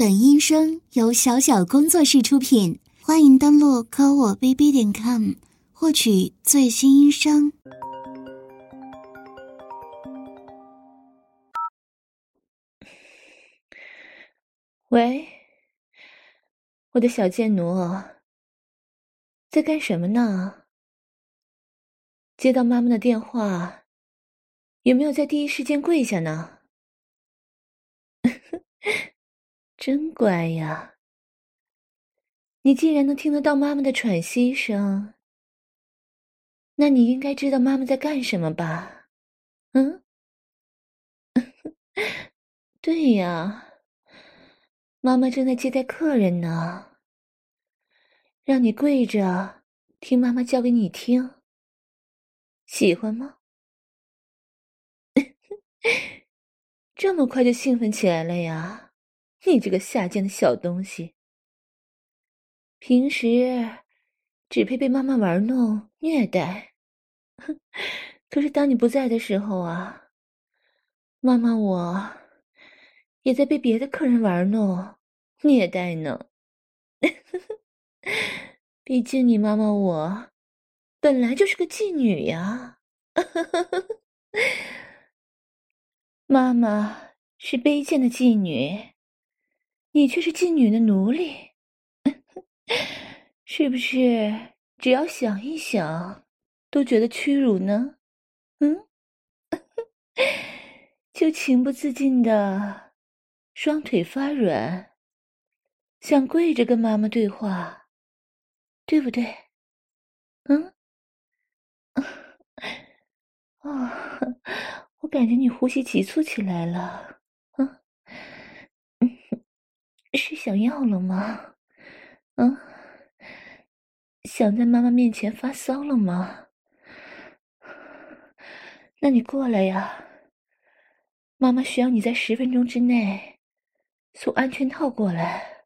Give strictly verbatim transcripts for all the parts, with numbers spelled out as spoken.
本音声由小小工作室出品，欢迎登录科我 B B 点 com 获取最新音声。 喂，我的小贱奴，在干什么呢？接到妈妈的电话，有没有在第一时间跪下呢？真乖呀，你竟然能听得到妈妈的喘息声，那你应该知道妈妈在干什么吧？嗯？对呀，妈妈正在接待客人呢，让你跪着听妈妈教给你听，喜欢吗？这么快就兴奋起来了呀，你这个下贱的小东西。平时只配被妈妈玩弄虐待，哼！可是当你不在的时候啊，妈妈我也在被别的客人玩弄虐待呢。毕竟你妈妈我本来就是个妓女呀。妈妈是卑贱的妓女，你却是妓女的奴隶。是不是只要想一想都觉得屈辱呢？嗯？就情不自禁的双腿发软，想跪着跟妈妈对话，对不对？嗯？啊，我感觉你呼吸急促起来了。嗯？是想要了吗？嗯？想在妈妈面前发骚了吗？那你过来呀，妈妈需要你在十分钟之内送安全套过来。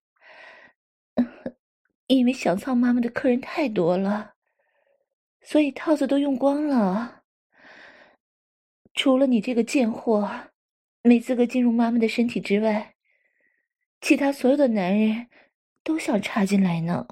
因为想操妈妈的客人太多了，所以套子都用光了。除了你这个贱货没资格进入妈妈的身体之外，其他所有的男人都想插进来呢。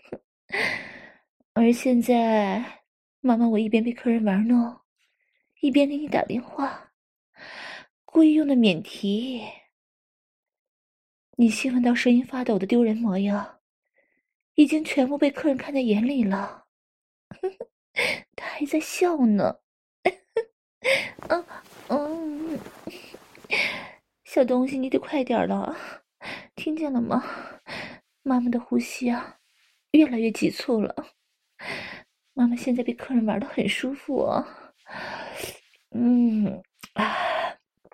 而现在妈妈我一边被客人玩弄，一边给你打电话，故意用的免提。你兴奋到声音发抖的丢人模样，已经全部被客人看在眼里了。他还在笑呢。嗯嗯，小东西，你得快点了，听见了吗？妈妈的呼吸啊，越来越急促了。妈妈现在被客人玩得很舒服啊。嗯，啊，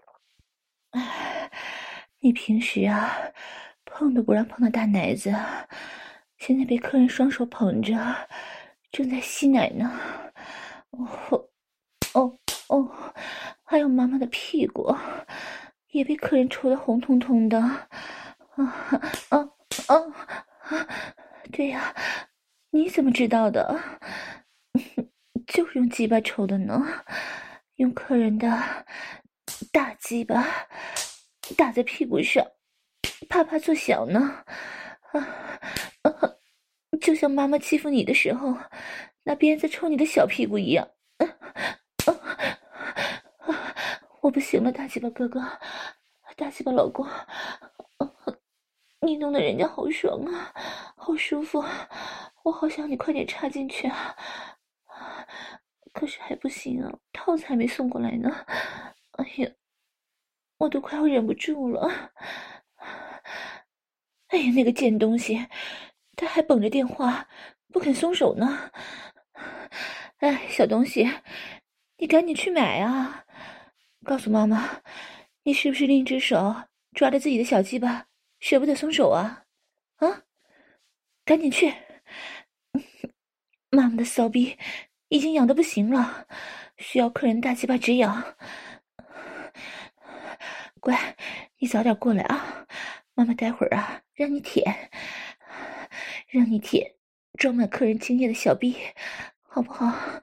你平时啊，碰都不让碰的大奶子，现在被客人双手捧着，正在吸奶呢。哦，哦哦，还有妈妈的屁股也被客人抽得红彤彤的。啊啊啊！对呀，你怎么知道的？就是用鸡巴抽的呢，用客人的大鸡巴打在屁股上，啪啪作响呢。啊啊！就像妈妈欺负你的时候拿鞭子抽你的小屁股一样。啊啊啊！我不行了，大鸡巴哥哥，大鸡巴老公，你弄得人家好爽啊，好舒服，我好想你快点插进去啊！可是还不行啊，套子还没送过来呢。哎呀，我都快要忍不住了。哎呀，那个贱东西，他还绷着电话不肯松手呢。哎，小东西，你赶紧去买啊！告诉妈妈，你是不是另一只手抓着自己的小鸡巴，舍不得松手啊？啊，赶紧去！妈妈的骚逼已经痒得不行了，需要客人大鸡巴止痒。乖，你早点过来啊！妈妈待会儿啊，让你舔，让你舔装满客人精液的小逼，好不好？啊！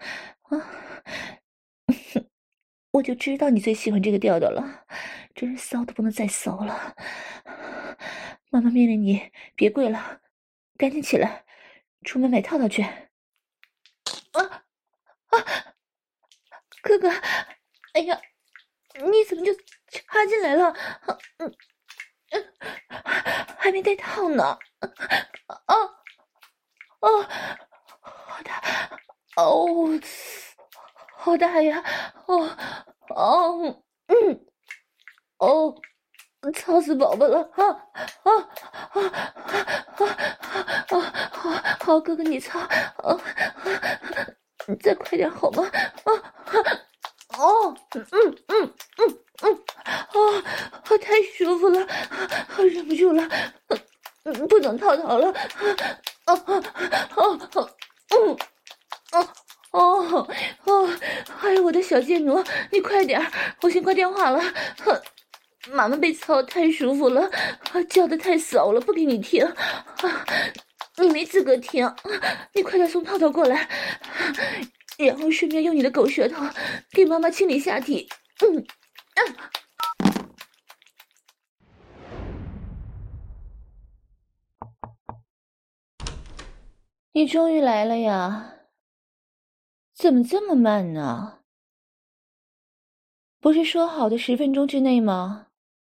我就知道你最喜欢这个调调了，真是骚的不能再骚了。 妈妈命令你别跪了，赶紧起来，出门买套套去。啊啊！哥哥，哎呀，你怎么就插进来了？嗯嗯，还没戴套呢。啊哦，好大，哦，好大呀！哦哦嗯哦，操死宝宝了！啊啊啊啊啊！好好，哥哥你操，啊，再快点好吗？啊哦，嗯嗯嗯嗯嗯，哦，太舒服了，忍不住了，不能套套了。哦哦哦嗯哦哦哦，哎呀，我的小贱奴，你快点，我先挂电话了。妈妈被操太舒服了，叫的太骚了，不给你听，你没资格听，你快点送套套过来，然后顺便用你的狗舌头给妈妈清理下体。嗯啊。你终于来了呀？怎么这么慢呢？不是说好的十分钟之内吗？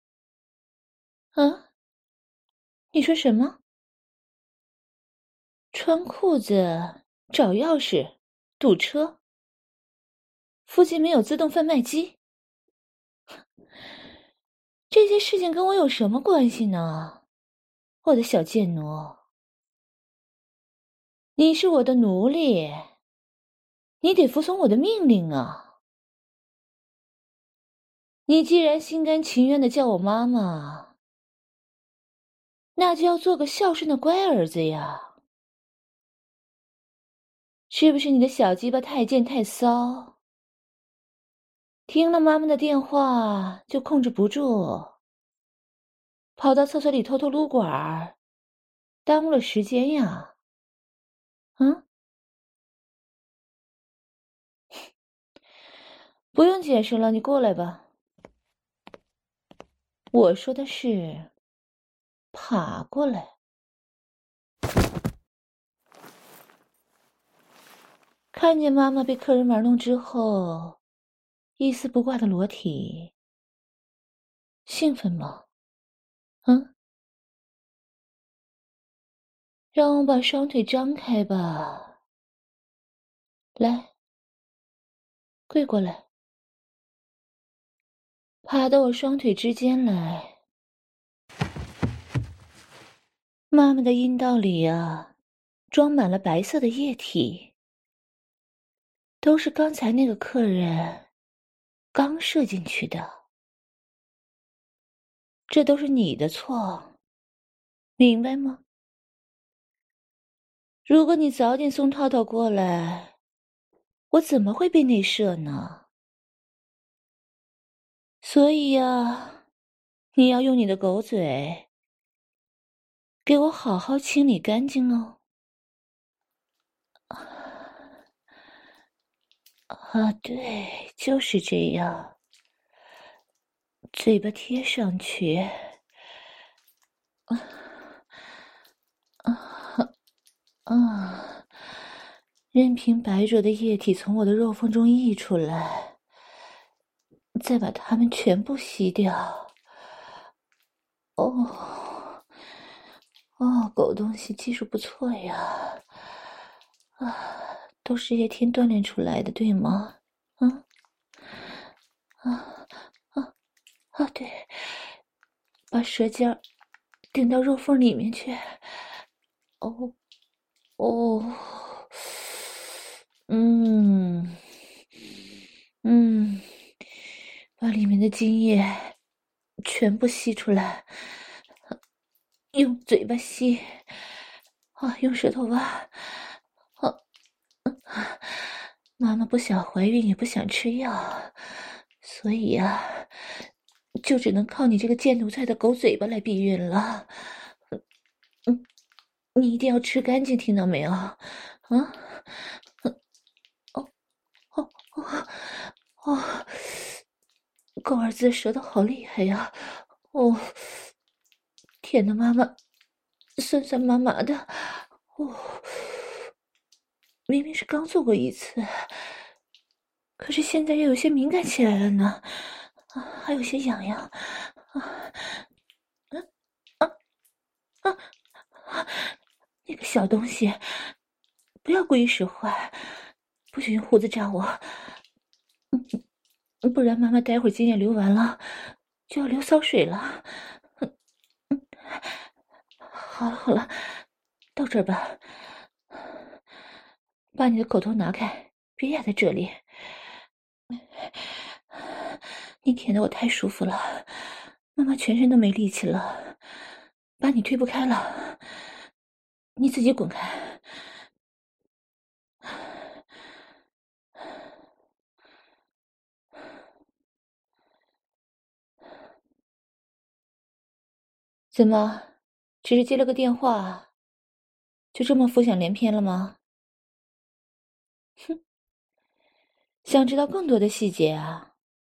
啊？你说什么？穿裤子、找钥匙、堵车，附近没有自动贩卖机，这些事情跟我有什么关系呢？我的小贱奴，你是我的奴隶，你得服从我的命令啊！你既然心甘情愿地叫我妈妈，那就要做个孝顺的乖儿子呀。是不是你的小鸡巴太贱太骚？听了妈妈的电话就控制不住，跑到厕所里偷偷撸管儿，耽误了时间呀？嗯？不用解释了，你过来吧。我说的是爬过来。看见妈妈被客人玩弄之后一丝不挂的裸体，兴奋吗？嗯？让我把双腿张开吧。来，跪过来，爬到我双腿之间来。妈妈的阴道里啊，装满了白色的液体，都是刚才那个客人刚射进去的。这都是你的错，明白吗？如果你早点送套套过来，我怎么会被内射呢？所以呀，你要用你的狗嘴给我好好清理干净哦。啊，对，就是这样。嘴巴贴上去，啊啊啊！任凭白灼的液体从我的肉缝中溢出来，再把它们全部吸掉。哦哦，狗东西技术不错呀！啊，都是叶天锻炼出来的，对吗？嗯啊啊啊！对，把舌尖儿顶到肉缝里面去。哦哦，嗯嗯，把里面的精液全部吸出来，用嘴巴吸，啊，用舌头挖，啊，妈妈不想怀孕，也不想吃药，所以呀，就只能靠你这个贱奴才的狗嘴巴来避孕了。嗯，你一定要吃干净，听到没有？啊？哦哦哦哦！狗儿子舌头好厉害呀！哦， 舔的妈妈酸酸麻麻的，哦，明明是刚做过一次，可是现在又有些敏感起来了呢，啊，还有些痒痒，啊，啊啊啊！那个小东西，不要故意使坏，不许用胡子扎我，不然妈妈待会儿精液流完了，就要流骚水了。好了好了，到这儿吧，把你的口头拿开，别压在这里。你舔得我太舒服了，妈妈全身都没力气了，把你推不开了，你自己滚开。怎么，只是接了个电话，就这么浮想联翩了吗？哼，想知道更多的细节啊？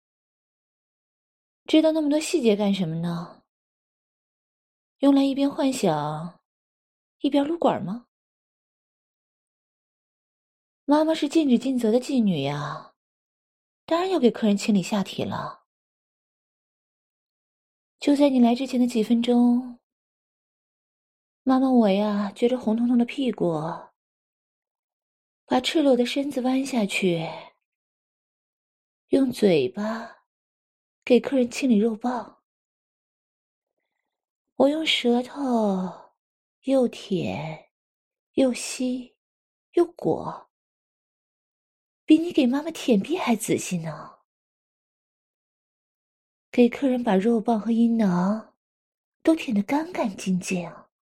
知道那么多细节干什么呢？用来一边幻想，一边撸管吗？妈妈是尽职尽责的妓女呀，当然要给客人清理下体了。就在你来之前的几分钟，妈妈我呀，撅着红彤彤的屁股，把赤裸的身子弯下去，用嘴巴给客人清理肉棒。我用舌头又舔又吸又裹，比你给妈妈舔逼还仔细呢。给客人把肉棒和阴囊都舔得干干净净，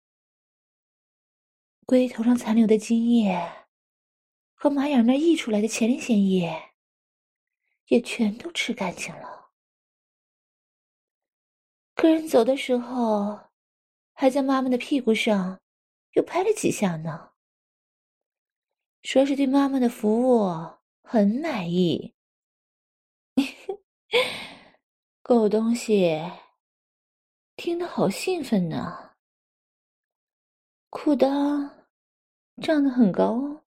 龟头上残留的精液和马眼那溢出来的前列腺液也全都吃干净了。客人走的时候还在妈妈的屁股上又拍了几下呢，说是对妈妈的服务很满意。狗东西听得好兴奋呢，裤裆胀得很高哦。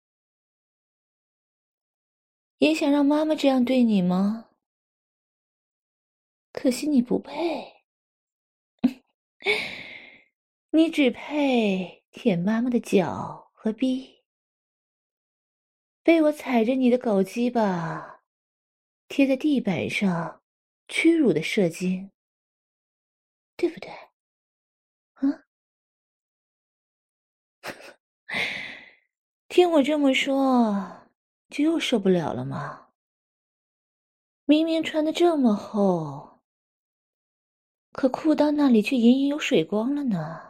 也想让妈妈这样对你吗？可惜你不配，你只配舔妈妈的脚和逼，被我踩着你的狗鸡巴贴在地板上屈辱的射精，对不对？啊？听我这么说，就又受不了了吗？明明穿得这么厚，可裤裆那里却隐隐有水光了呢。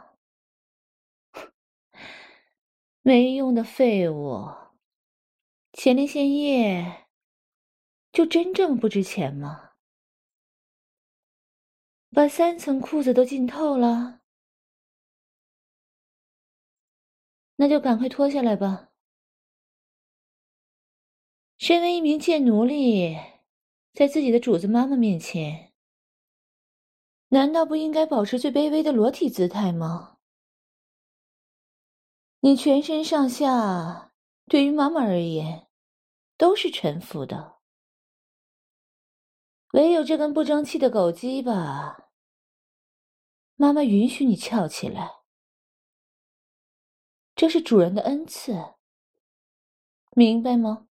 没用的废物，前列腺液就真这么不值钱吗？把三层裤子都浸透了，那就赶快脱下来吧。身为一名贱奴隶，在自己的主子妈妈面前，难道不应该保持最卑微的裸体姿态吗？你全身上下对于妈妈而言都是臣服的，唯有这根不争气的狗鸡巴，妈妈允许你翘起来，这是主人的恩赐，明白吗？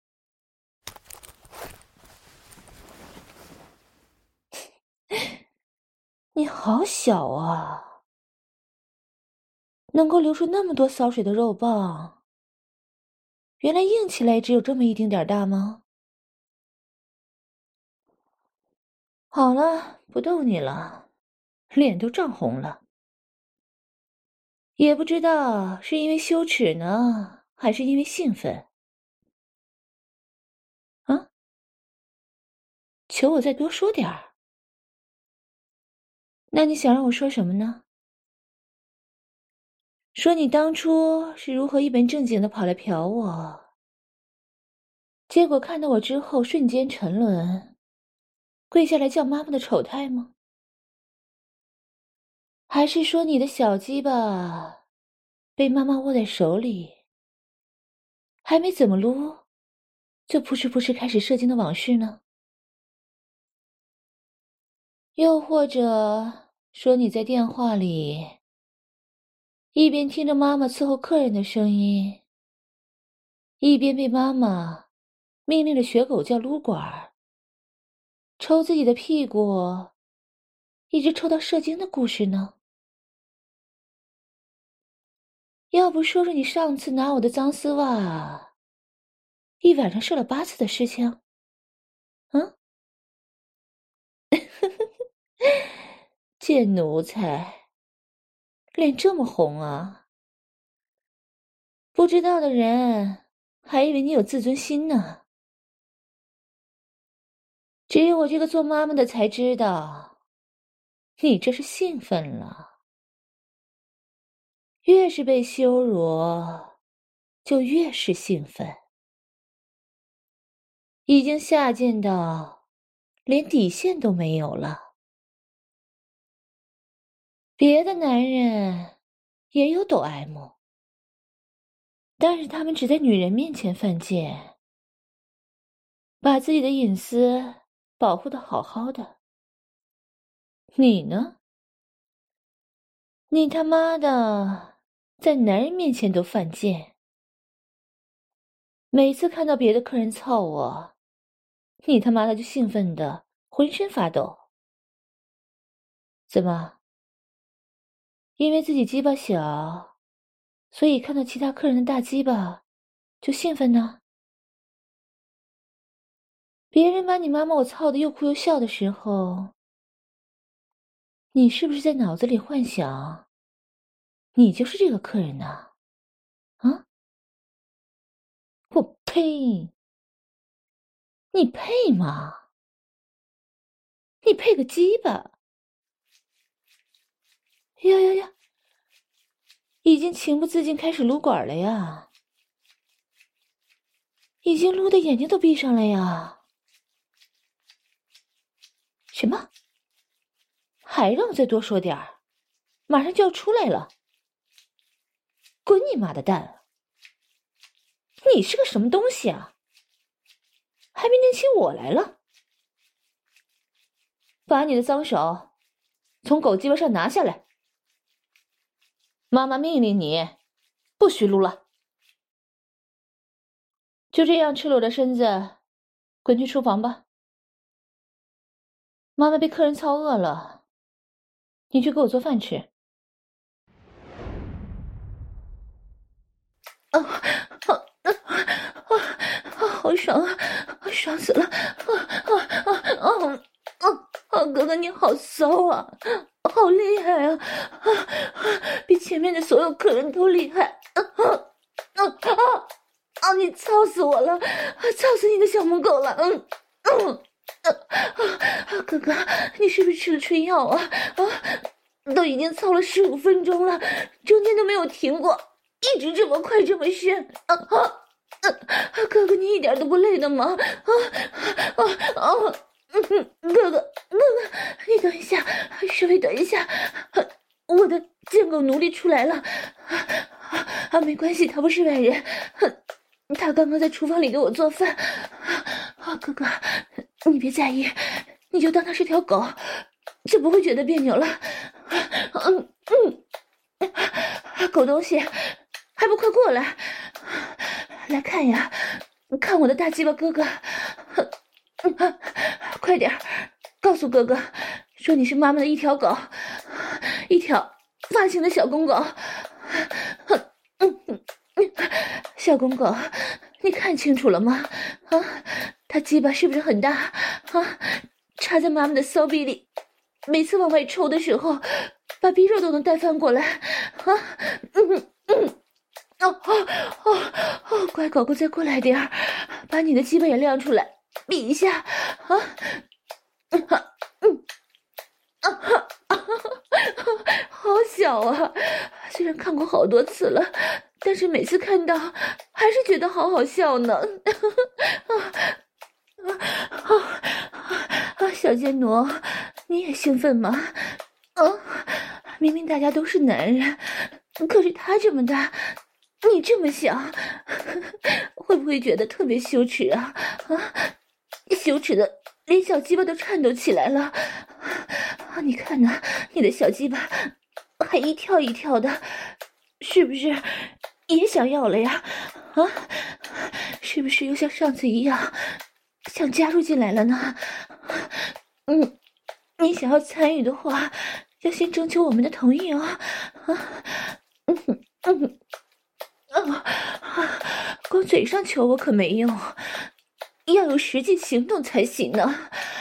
你好小啊，能够流出那么多骚水的肉棒，原来硬起来也只有这么一丁点儿大吗？好了，不逗你了，脸都涨红了。也不知道是因为羞耻呢，还是因为兴奋。啊？求我再多说点儿。那你想让我说什么呢？说你当初是如何一本正经的跑来嫖我，结果看到我之后瞬间沉沦，跪下来叫妈妈的丑态吗？ 还是说你的小鸡巴被妈妈握在手里，还没怎么撸，就扑哧扑哧开始射精的往事呢？又或者说你在电话里一边听着妈妈伺候客人的声音，一边被妈妈命令着学狗叫撸管，抽自己的屁股，一直抽到射精的故事呢？要不说说你上次拿我的脏丝袜一晚上射了八次的事情？嗯？贱奴才，脸这么红啊？不知道的人还以为你有自尊心呢。只有我这个做妈妈的才知道，你这是兴奋了。越是被羞辱，就越是兴奋，已经下贱到连底线都没有了。别的男人也有抖 M， 但是他们只在女人面前犯贱，把自己的隐私保护得好好的。你呢？你他妈的在男人面前都犯贱，每次看到别的客人操我，你他妈的就兴奋的浑身发抖。怎么？因为自己鸡巴小，所以看到其他客人的大鸡巴就兴奋呢？别人把你妈妈我操的又哭又笑的时候，你是不是在脑子里幻想你就是这个客人呢？啊？我呸！你配吗？你配个鸡巴！呀呀呀！已经情不自禁开始撸管了呀，已经撸的眼睛都闭上了呀。什么？还让我再多说点儿？马上就要出来了。滚你妈的蛋！你是个什么东西啊？还没认清我来了？把你的脏手从狗鸡巴上拿下来！妈妈命令你，不许撸了。就这样赤裸着身子，滚去厨房吧。妈妈被客人操饿了，你去给我做饭吃。啊啊啊啊！好爽啊，爽死了！啊啊啊啊啊啊！哥哥你好骚啊，好厉害啊！啊啊！比前面的所有客人都厉害！啊啊啊啊！你操死我了，操死你的小母狗了！嗯嗯啊啊！哥哥，你是不是吃了春药啊？啊！都已经操了十五分钟了，中间都没有停过。一直这么快这么深啊啊啊！哥哥，你一点都不累的吗？啊啊啊！嗯，哥哥，哥哥，你等一下，稍微等一下，我的贱狗奴隶出来了。啊啊，没关系，他不是外人，他刚刚在厨房里给我做饭。啊，哥哥，你别在意，你就当他是条狗，就不会觉得别扭了。嗯嗯，狗东西。还不快过来，来看呀，看我的大鸡巴哥哥，快点告诉哥哥，说你是妈妈的一条狗，一条发情的小公狗。小公狗，你看清楚了吗？啊，他鸡巴是不是很大？啊，插在妈妈的骚逼里，每次往外抽的时候，把逼肉都能带翻过来。啊，嗯嗯。哦哦哦哦！乖狗狗，再过来点儿，把你的鸡巴也亮出来，比一下啊！嗯嗯啊啊！好小啊！虽然看过好多次了，但是每次看到还是觉得好好笑呢。啊啊啊！小贱奴，你也兴奋吗？啊！ 明明大家都是男人，可是他这么大，你这么小，会不会觉得特别羞耻啊？啊，羞耻的连小鸡巴都颤抖起来了。啊，你看呐，你的小鸡巴还一跳一跳的，是不是也想要了呀？啊，是不是又像上次一样想加入进来了呢？嗯，你想要参与的话，要先征求我们的同意哦。啊，嗯嗯啊啊，光嘴上求我可没用，要有实际行动才行呢。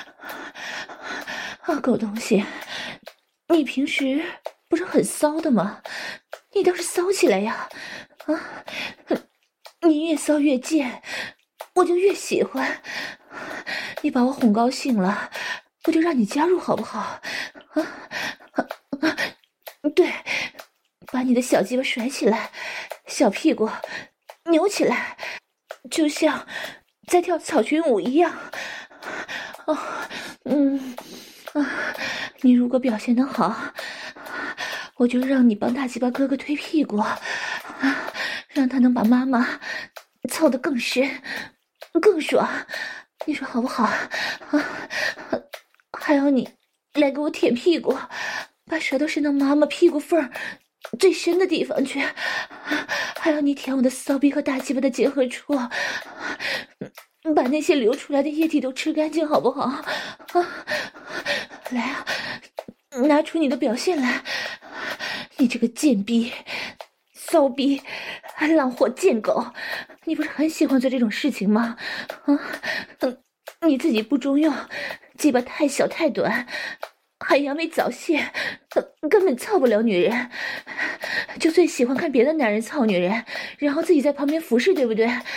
啊，狗东西，你平时不是很骚的吗？你倒是骚起来呀！啊，你越骚越贱，我就越喜欢。你把我哄高兴了，我就让你加入好不好？啊啊啊！对，把你的小鸡巴甩起来，小屁股扭起来，就像在跳草裙舞一样。哦，嗯啊，你如果表现得好，我就让你帮大鸡巴哥哥推屁股，啊，让他能把妈妈操得更深更爽，你说好不好？啊，还要你来给我舔屁股，把舌头伸到妈妈屁股缝儿最深的地方去，还要你舔我的骚逼和大鸡巴的结合处，把那些流出来的液体都吃干净好不好？啊，来啊，拿出你的表现来，你这个贱逼骚逼浪货贱狗，你不是很喜欢做这种事情吗？啊，你自己不中用，鸡巴太小太短，还阳痿早泄，根本操不了女人，就最喜欢看别的男人操女人，然后自己在旁边服侍，对不对？啊，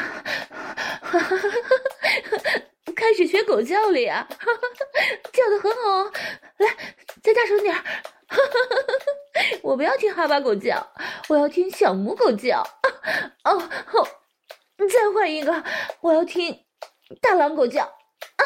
开始学狗叫了呀，叫得很好哦，来，再大声点儿。我不要听哈巴狗叫，我要听小母狗叫。哦哦，再换一个，我要听大狼狗叫。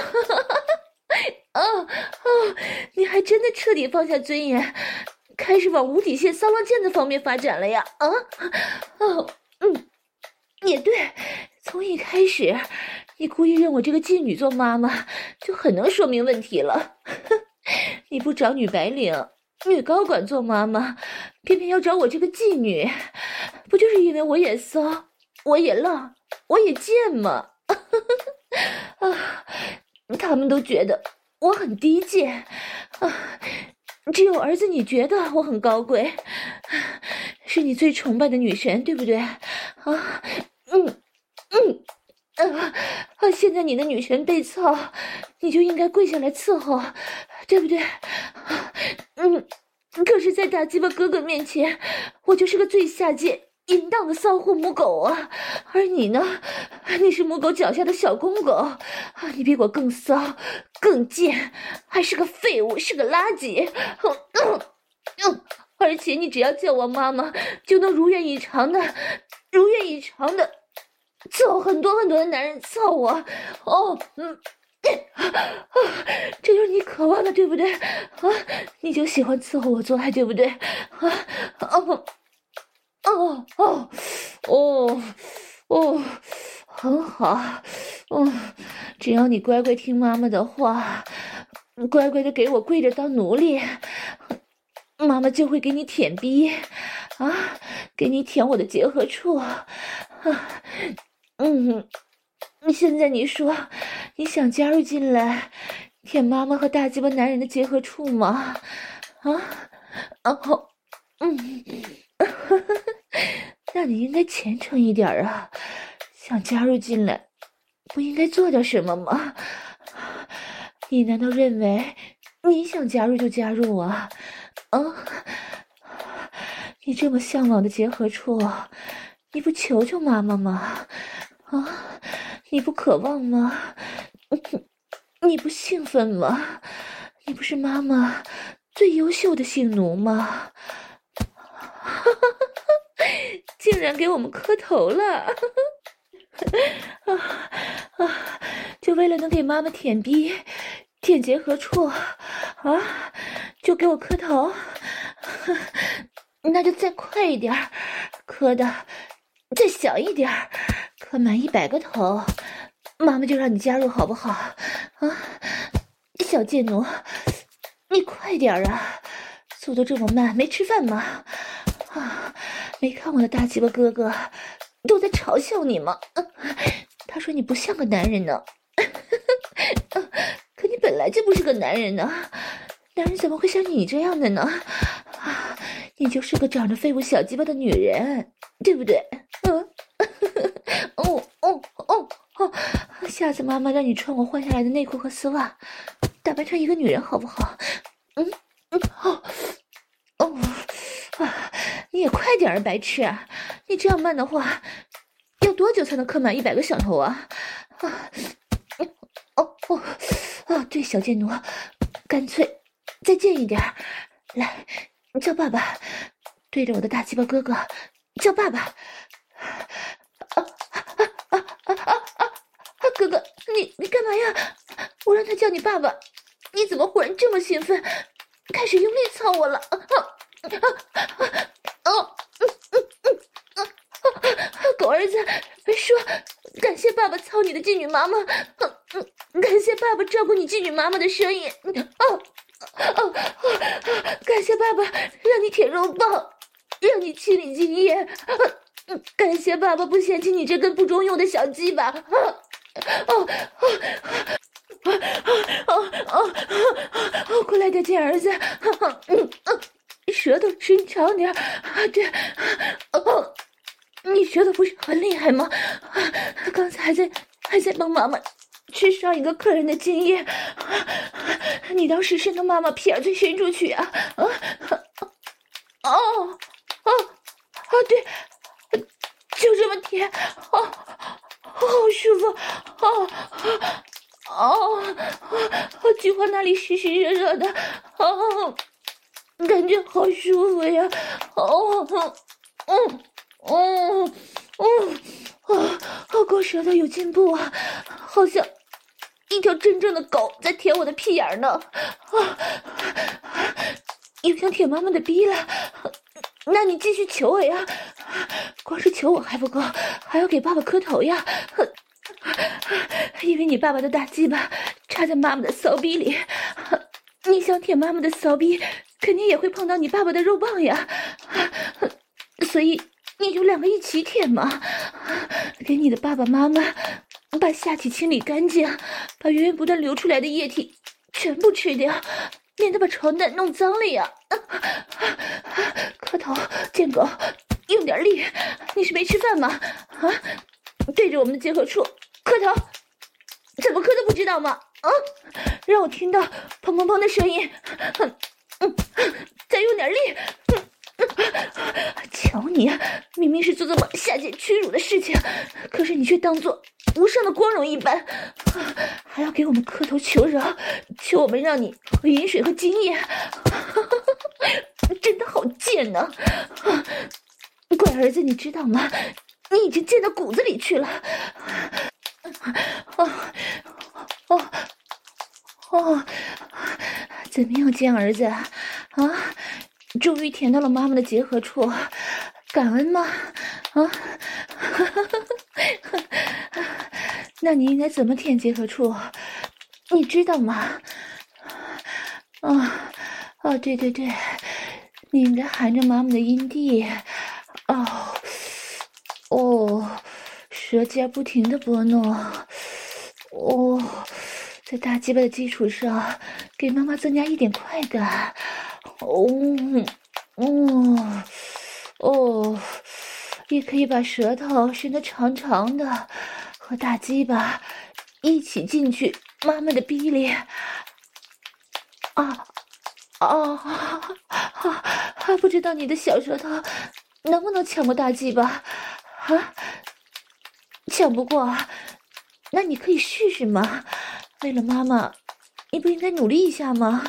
哦哦，你还真的彻底放下尊严，开始往无底线骚浪贱的方面发展了呀？啊，哦，嗯，也对，从一开始，你故意认我这个妓女做妈妈，就很能说明问题了。你不找女白领、女高管做妈妈，偏偏要找我这个妓女，不就是因为我也骚，我也浪，我也贱吗？啊，他们都觉得我很低贱啊，只有儿子你觉得我很高贵，是你最崇拜的女神，对不对？啊，嗯嗯，啊啊！现在你的女神被操，你就应该跪下来伺候，对不对？嗯，可是，在大鸡巴哥哥面前，我就是个最下贱淫荡的骚货母狗啊！而你呢？你是母狗脚下的小公狗啊！你比我更骚、更贱，还是个废物，是个垃圾。嗯嗯，而且你只要叫我妈妈，就能如愿以偿的、如愿以偿的伺候很多很多的男人操我。哦，嗯。啊，这就是你渴望的，对不对？啊，你就喜欢伺候我做爱，对不对？啊，哦，哦，哦，哦，哦，很好，嗯，只要你乖乖听妈妈的话，乖乖的给我跪着当奴隶，妈妈就会给你舔逼，啊，给你舔我的结合处，啊，嗯。现在你说你想加入进来舔妈妈和大鸡巴男人的结合处吗？啊，哦，嗯，那你应该虔诚一点啊，想加入进来不应该做点什么吗？你难道认为你想加入就加入啊？啊，你这么向往的结合处，你不求求妈妈吗？啊，你不渴望吗？你不兴奋吗？你不是妈妈最优秀的性奴吗？竟然给我们磕头了！啊啊！就为了能给妈妈舔逼、舔结合处啊，就给我磕头！ 那就再快一点，磕的再小一点，磕满一百个头，妈妈就让你加入好不好？啊，小贱奴，你快点啊！速度这么慢，没吃饭吗？啊，没看我的大鸡巴哥哥都在嘲笑你吗？啊、他说你不像个男人呢。啊、可你本来就不是个男人呢，男人怎么会像你这样的呢？啊，你就是个长着废物小鸡巴的女人，对不对？嗯、啊，哦哦哦哦，下次妈妈让你穿我换下来的内裤和丝袜，打扮成一个女人好不好？嗯嗯，哦哦啊，你也快点儿，白痴啊！你这样慢的话，要多久才能磕满一百个响头啊？啊，哦哦哦，对，小贱奴，干脆再贱一点，来叫爸爸，对着我的大鸡巴哥哥叫爸爸。啊啊啊啊啊啊！哥哥，你你干嘛呀？我让他叫你爸爸，你怎么忽然这么兴奋，开始用力操我了？啊啊啊！哦，嗯嗯嗯嗯啊！狗儿子说，感谢爸爸操你的妓女妈妈，嗯嗯，感谢爸爸照顾你妓女妈妈的声音，哦哦哦，感谢爸爸让你舔肉棒，让你清理精液，嗯，感谢爸爸不嫌弃你这根不中用的小鸡巴，啊哦哦。哦哦哦哦！快来点，贱儿子！嗯嗯，舌头伸长点啊！对，哦，你舌头不是很厉害吗？刚才还在还在帮妈妈吃上一个客人的精液，你当时伸到妈妈屁眼最伸出去啊！啊哦哦哦，对，就这么甜，哦，好舒服，哦。哦，哦，菊花那里湿湿热热的，哦，感觉好舒服呀！哦，嗯，嗯，嗯，啊，好狗舌头有进步啊，好像一条真正的狗在舔我的屁眼呢，啊，又想舔妈妈的逼了，那你继续求我呀！光是求我还不够，还要给爸爸磕头呀！因为你爸爸的大鸡巴插在妈妈的骚逼里，你想舔妈妈的骚逼，肯定也会碰到你爸爸的肉棒呀，所以你就两个一起舔嘛，给你的爸爸妈妈把下体清理干净，把源源不断流出来的液体全部吃掉，免得把床单弄脏了呀。磕头，贱狗，用点力，你是没吃饭吗？啊，对着我们的结合处磕头，怎么磕都不知道吗？啊，让我听到砰砰砰的声音，嗯嗯，再用点力，嗯嗯，瞧你，明明是做这么下贱屈辱的事情，可是你却当做无上的光荣一般，还要给我们磕头求饶，求我们让你喝饮水和精液，真的好贱呢！乖儿子，你知道吗？你已经贱到骨子里去了。哦哦哦，怎么样，贱儿子啊？终于舔到了妈妈的结合处，感恩吗？啊，那你应该怎么舔结合处？你知道吗？啊哦，对对对，你应该含着妈妈的阴蒂，哦哦，舌尖不停的拨弄，哦，在大鸡巴的基础上，给妈妈增加一点快感，哦，哦，哦，也可以把舌头伸得长长的，和大鸡巴一起进去妈妈的逼里，啊啊啊！不知道你的小舌头能不能抢过大鸡巴啊？抢不过，那你可以试试嘛。为了妈妈，你不应该努力一下吗？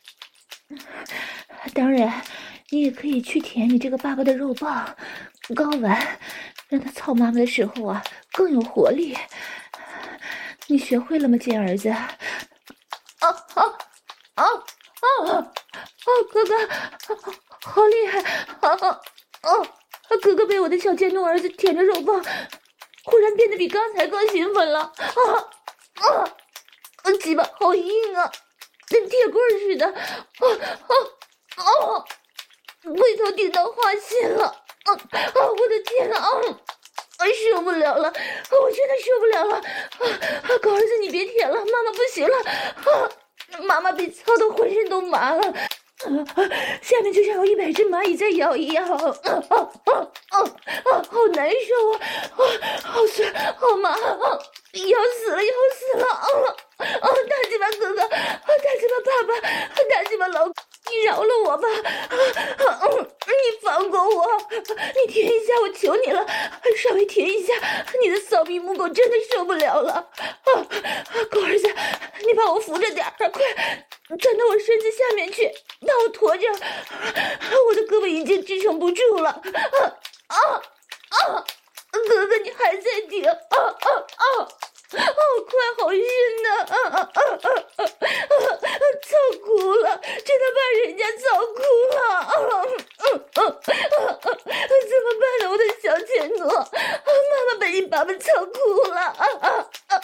当然，你也可以去舔你这个爸爸的肉棒、睾丸，让他操妈妈的时候啊更有活力。你学会了吗，贱儿子？啊啊啊啊啊！哥哥， 好厉害！啊啊啊！哥哥被我的小贱奴儿子舔着肉棒，忽然变得比刚才更兴奋了。啊啊！鸡巴好硬啊，跟铁棍似的。啊啊啊！龟头顶到花心了。啊啊！我的天啊！啊，受不了了！我真的受不了了！啊，狗儿子，你别舔了，妈妈不行了！啊，妈妈被操得浑身都麻了。啊啊！下面就像有一百只蚂蚁在咬一样，啊啊啊啊啊！好难受啊！啊，好酸，好麻，啊！要死了，要死了！啊啊！大鸡巴哥哥，啊，大鸡巴爸爸，大鸡巴老公，你饶了我吧！啊啊！你放过我！你停一下，我求你了，稍微停一下！你的骚逼母狗真的受不了了！啊啊！狗儿子，你把我扶着点儿，快！转到我身子下面去，把我驮着，我的胳膊已经支撑不住了！啊啊啊！哥哥，你还在顶！啊啊啊！好快，好深呐！啊啊啊啊啊！操哭了，真的把人家操哭了！啊啊啊啊！怎么办呢，我的小贱奴？妈妈被你爸爸操哭了！啊啊啊啊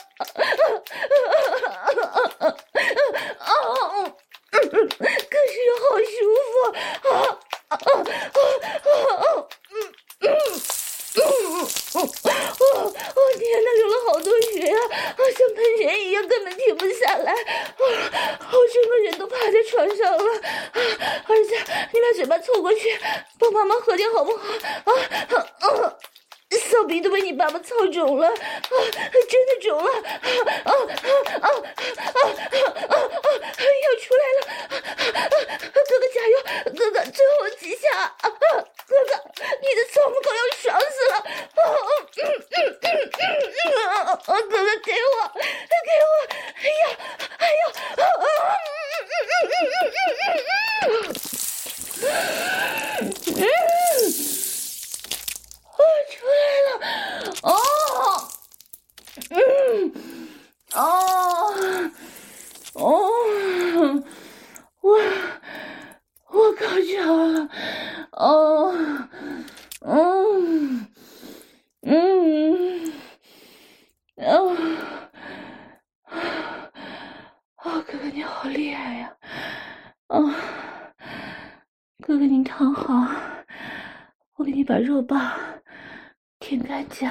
啊啊啊！可是又好舒服！啊啊啊啊啊！嗯嗯。嗯嗯嗯，我我天哪，流了好多血啊！啊，像喷泉一样，根本停不下来！啊，我整个人都趴在床上了！啊，儿子，你把嘴巴凑过去，帮妈妈喝点好不好？啊啊啊！骚逼都被你爸爸操肿了！啊，真的肿了！啊啊啊啊啊啊啊！要出来了！哥哥加油！哥哥，最后几下！啊，哥哥，你的骚母狗要爽死了！啊嗯嗯嗯嗯啊！哥哥给我，给我！哎呀，哎呀！啊啊嗯嗯嗯嗯嗯嗯嗯嗯！我出来了！哦，嗯，哦，哦，我我高潮了！哦，嗯嗯，哦，哦，哥哥你好厉害呀！哦，哥哥你躺好，我给你把肉棒舔干净。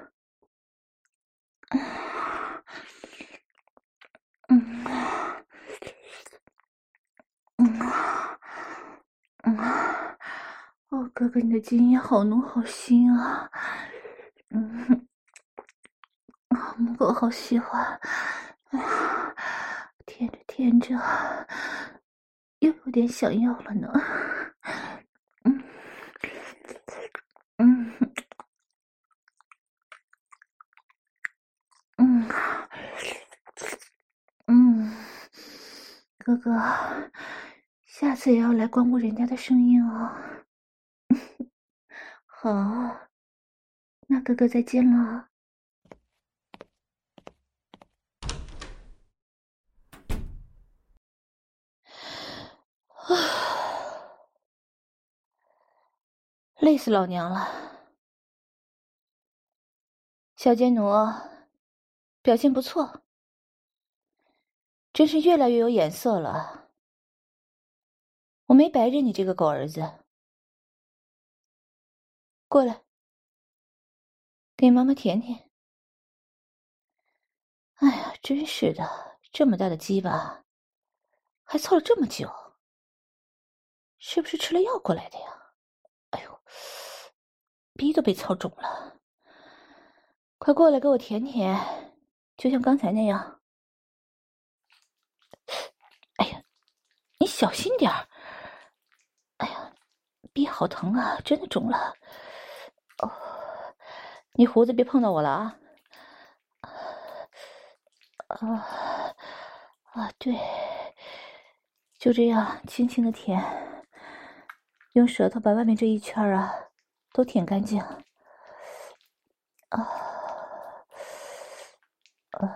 嗯嗯嗯，哦，哥哥你的精液好浓好腥啊！嗯，啊，母狗好喜欢。哎呀，舔着舔着，又有点想要了呢。嗯嗯嗯嗯，哥哥，下次也要来光顾人家的声音哦。好，那哥哥再见了。啊，累死老娘了。小贱奴，表现不错，真是越来越有眼色了。我没白认你这个狗儿子。过来，给妈妈舔舔。哎呀，真是的，这么大的鸡巴，还操了这么久，是不是吃了药过来的呀？哎呦，逼都被操肿了。快过来给我舔舔，就像刚才那样。哎呀，你小心点儿。哎呀，逼好疼啊，真的肿了。哦，你胡子别碰到我了啊。啊啊，对，就这样轻轻的舔，用舌头把外面这一圈啊都舔干净。啊啊，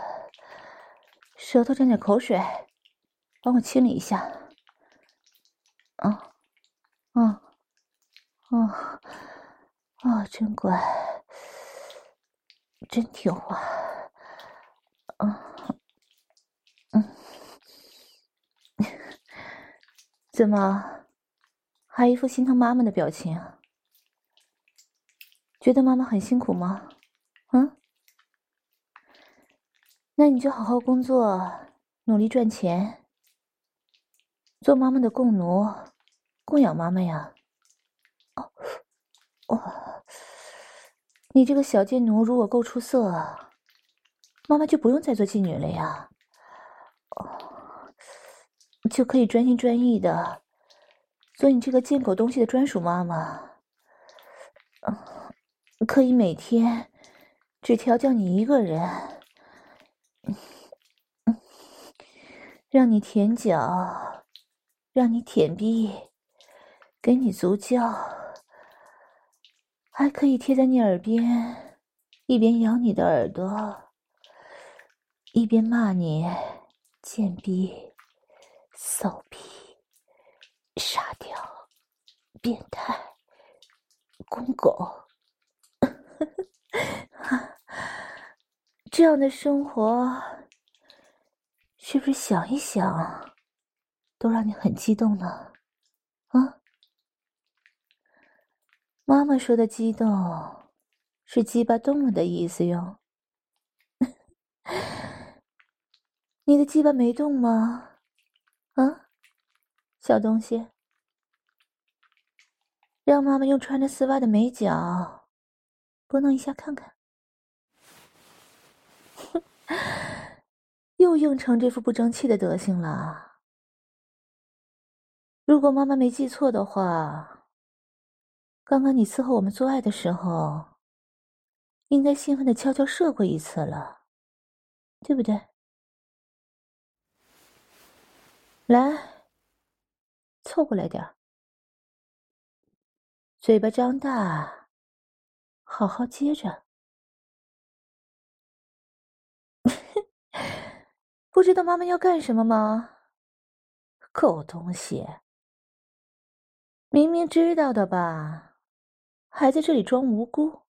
舌头沾点口水，帮我清理一下。啊， 嗯，哦，哦，真乖，真听话。嗯嗯，怎么，还一副心疼妈妈的表情？觉得妈妈很辛苦吗？嗯？那你就好好工作，努力赚钱，做妈妈的供奴，供养妈妈呀。哦，你这个小贱奴如果够出色，妈妈就不用再做妓女了呀。哦，就可以专心专意的做你这个贱狗东西的专属妈妈。嗯，可以每天只调教你一个人，嗯嗯，让你舔脚，让你舔逼，给你足教，还可以贴在你耳边，一边咬你的耳朵，一边骂你贱逼、骚逼、傻屌、变态、公狗。这样的生活，是不是想一想都让你很激动呢？啊？妈妈说的激动，是鸡巴动了的意思哟。你的鸡巴没动吗？啊，小东西，让妈妈用穿着丝袜的美脚拨弄一下看看。哼，又硬成这副不争气的德行了。如果妈妈没记错的话，刚刚你伺候我们做爱的时候，应该兴奋的悄悄射过一次了，对不对？来，凑过来点儿，嘴巴张大，好好接着。不知道妈妈要干什么吗？狗东西，明明知道的吧，还在这里装无辜。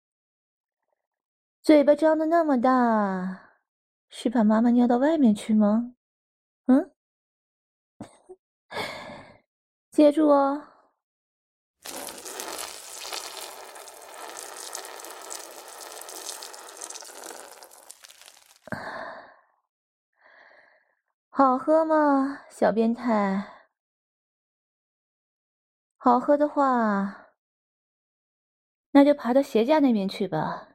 嘴巴张得那么大，是怕妈妈尿到外面去吗？嗯，接住哦。好喝吗，小变态？好喝的话，那就爬到鞋架那边去吧。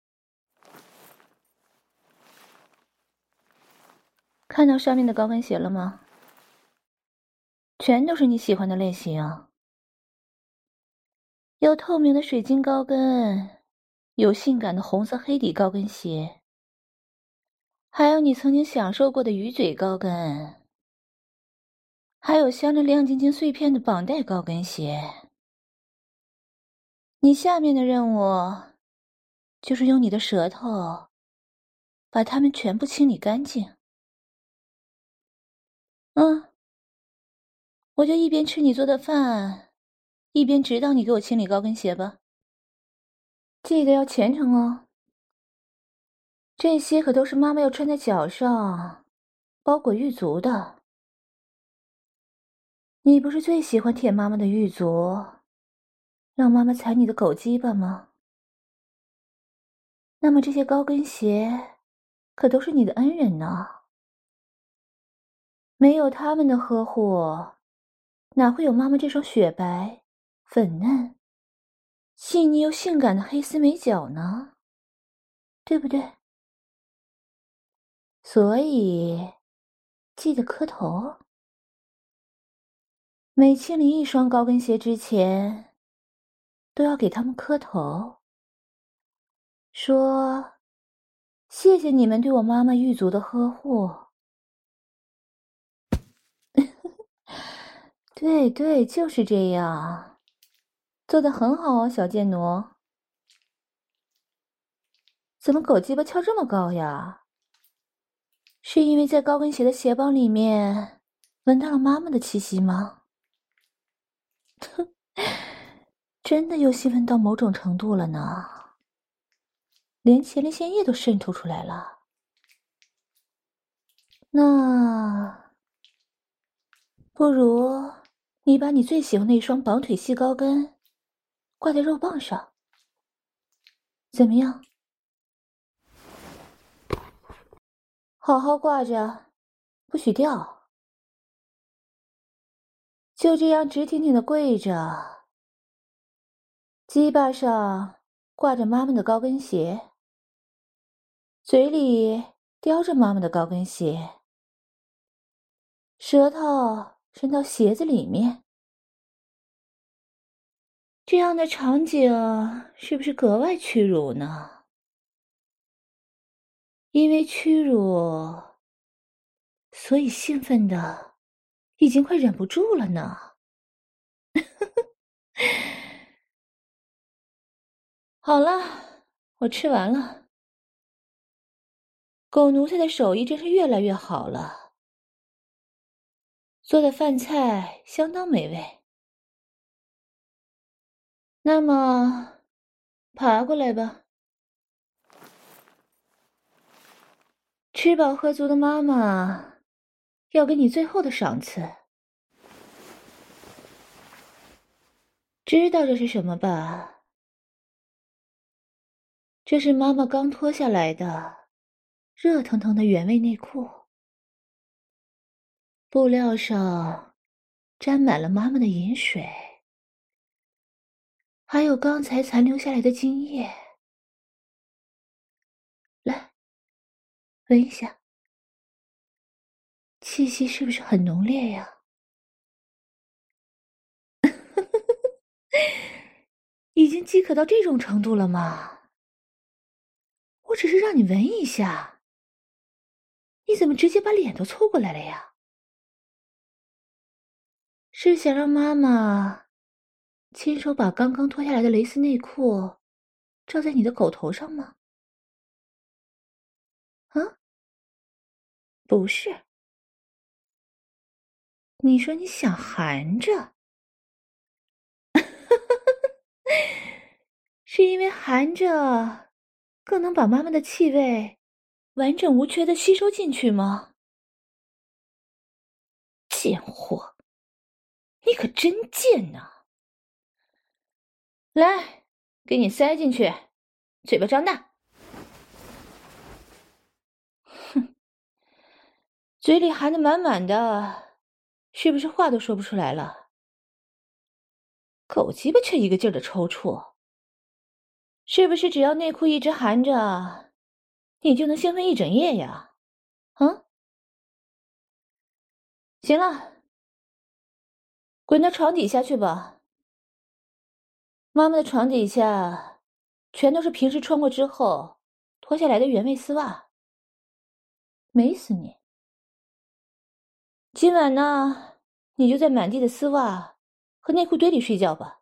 看到上面的高跟鞋了吗？全都是你喜欢的类型，有透明的水晶高跟，有性感的红色黑底高跟鞋，还有你曾经享受过的鱼嘴高跟，还有镶着亮晶晶碎片的绑带高跟鞋。你下面的任务就是用你的舌头把它们全部清理干净。嗯，我就一边吃你做的饭，一边指导你给我清理高跟鞋吧。记得要虔诚哦。这些可都是妈妈要穿在脚上，包裹玉足的。你不是最喜欢舔妈妈的玉足，让妈妈踩你的狗鸡巴吗？那么这些高跟鞋可都是你的恩人呢。没有他们的呵护，哪会有妈妈这双雪白、粉嫩、细腻又性感的黑丝美脚呢？对不对？所以记得磕头。每清理一双高跟鞋之前，都要给他们磕头，说谢谢你们对我妈妈玉足的呵护。对对，就是这样，做得很好哦，小贱奴。怎么狗鸡巴翘这么高呀？是因为在高跟鞋的鞋帮里面闻到了妈妈的气息吗？ 真的又兴奋到某种程度了呢，连前列腺液都渗透出来了。那不如你把你最喜欢的一双绑腿细高跟挂在肉棒上，怎么样？好好挂着，不许掉。就这样直挺挺的跪着，鸡巴上挂着妈妈的高跟鞋，嘴里叼着妈妈的高跟鞋，舌头伸到鞋子里面。这样的场景是不是格外屈辱呢？因为屈辱，所以兴奋的已经快忍不住了呢。好了，我吃完了。狗奴才的手艺真是越来越好了，做的饭菜相当美味。那么，爬过来吧。吃饱喝足的妈妈要给你最后的赏赐。知道这是什么吧？这是妈妈刚脱下来的热腾腾的原味内裤，布料上沾满了妈妈的饮水，还有刚才残留下来的精液。来，闻一下，气息是不是很浓烈呀？已经饥渴到这种程度了吗？我只是让你闻一下，你怎么直接把脸都凑过来了呀？是想让妈妈亲手把刚刚脱下来的蕾丝内裤罩在你的狗头上吗？啊？不是。你说你想含着，是因为含着更能把妈妈的气味完整无缺的吸收进去吗？贱货，你可真贱呐！来，给你塞进去，嘴巴张大。哼，嘴里含得满满的，是不是话都说不出来了？狗鸡巴却一个劲儿的抽搐，是不是只要内裤一直含着，你就能兴奋一整夜呀？啊？行了，滚到床底下去吧。妈妈的床底下全都是平时穿过之后脱下来的原味丝袜，美死你！今晚呢，你就在满地的丝袜和内裤堆里睡觉吧。